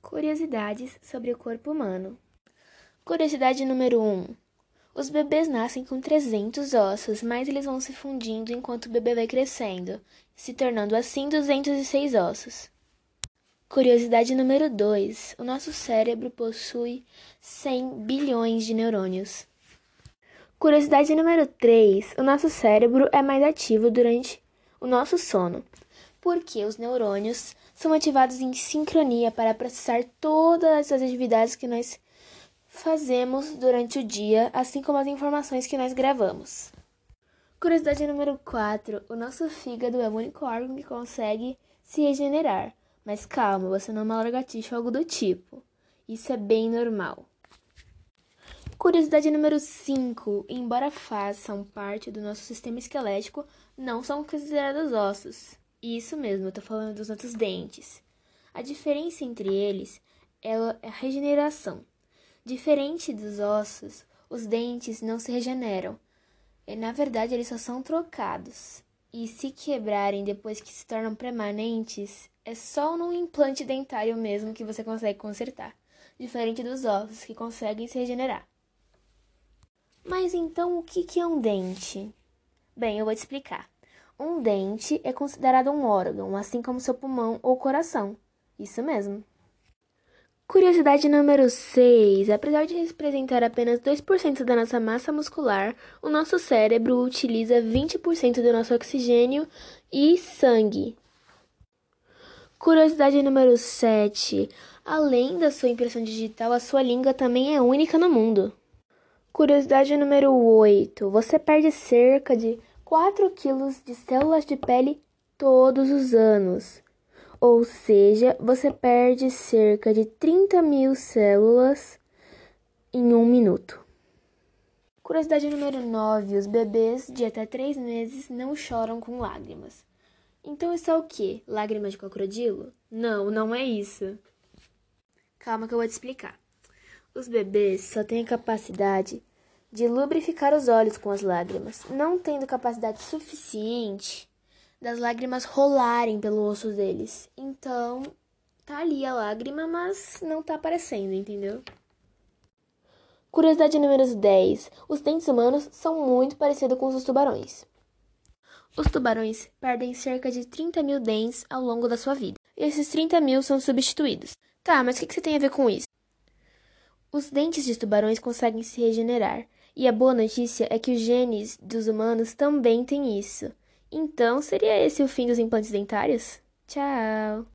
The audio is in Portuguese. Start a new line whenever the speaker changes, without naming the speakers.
Curiosidades sobre o corpo humano. Curiosidade número 1. Os bebês nascem com 300 ossos, mas eles vão se fundindo enquanto o bebê vai crescendo, se tornando assim 206 ossos. Curiosidade número 2. O nosso cérebro possui 100 bilhões de neurônios. Curiosidade número 3. O nosso cérebro é mais ativo durante o nosso sono, porque os neurônios são ativados em sincronia para processar todas as atividades que nós fazemos durante o dia, assim como as informações que nós gravamos. Curiosidade número 4. O nosso fígado é o único órgão que consegue se regenerar. Mas calma, você não é uma lagartixa ou algo do tipo. Isso é bem normal. Curiosidade número 5. Embora façam parte do nosso sistema esquelético, não são considerados ossos. Isso mesmo, eu tô falando dos nossos dentes. A diferença entre eles é a regeneração. Diferente dos ossos, os dentes não se regeneram. Na verdade, eles só são trocados. E se quebrarem depois que se tornam permanentes, é só no implante dentário mesmo que você consegue consertar. Diferente dos ossos, que conseguem se regenerar. Mas então, o que é um dente? Bem, eu vou te explicar. Um dente é considerado um órgão, assim como seu pulmão ou coração. Isso mesmo. Curiosidade número 6. Apesar de representar apenas 2% da nossa massa muscular, o nosso cérebro utiliza 20% do nosso oxigênio e sangue. Curiosidade número 7. Além da sua impressão digital, a sua língua também é única no mundo. Curiosidade número 8. Você perde cerca de 4 quilos de células de pele todos os anos. Ou seja, você perde cerca de 30 mil células em 1 minuto. Curiosidade número 9. Os bebês de até 3 meses não choram com lágrimas. Então isso é o quê? Lágrimas de crocodilo? Não, não é isso. Calma que eu vou te explicar. Os bebês só têm a capacidade de lubrificar os olhos com as lágrimas, não tendo capacidade suficiente das lágrimas rolarem pelo osso deles. Então, tá ali a lágrima, mas não tá aparecendo, entendeu? Curiosidade número 10. Os dentes humanos são muito parecidos com os dos tubarões. Os tubarões perdem cerca de 30 mil dentes ao longo da sua vida. E esses 30 mil são substituídos. Tá, mas o que você tem a ver com isso? Os dentes de tubarões conseguem se regenerar. E a boa notícia é que os genes dos humanos também têm isso. Então, seria esse o fim dos implantes dentários? Tchau!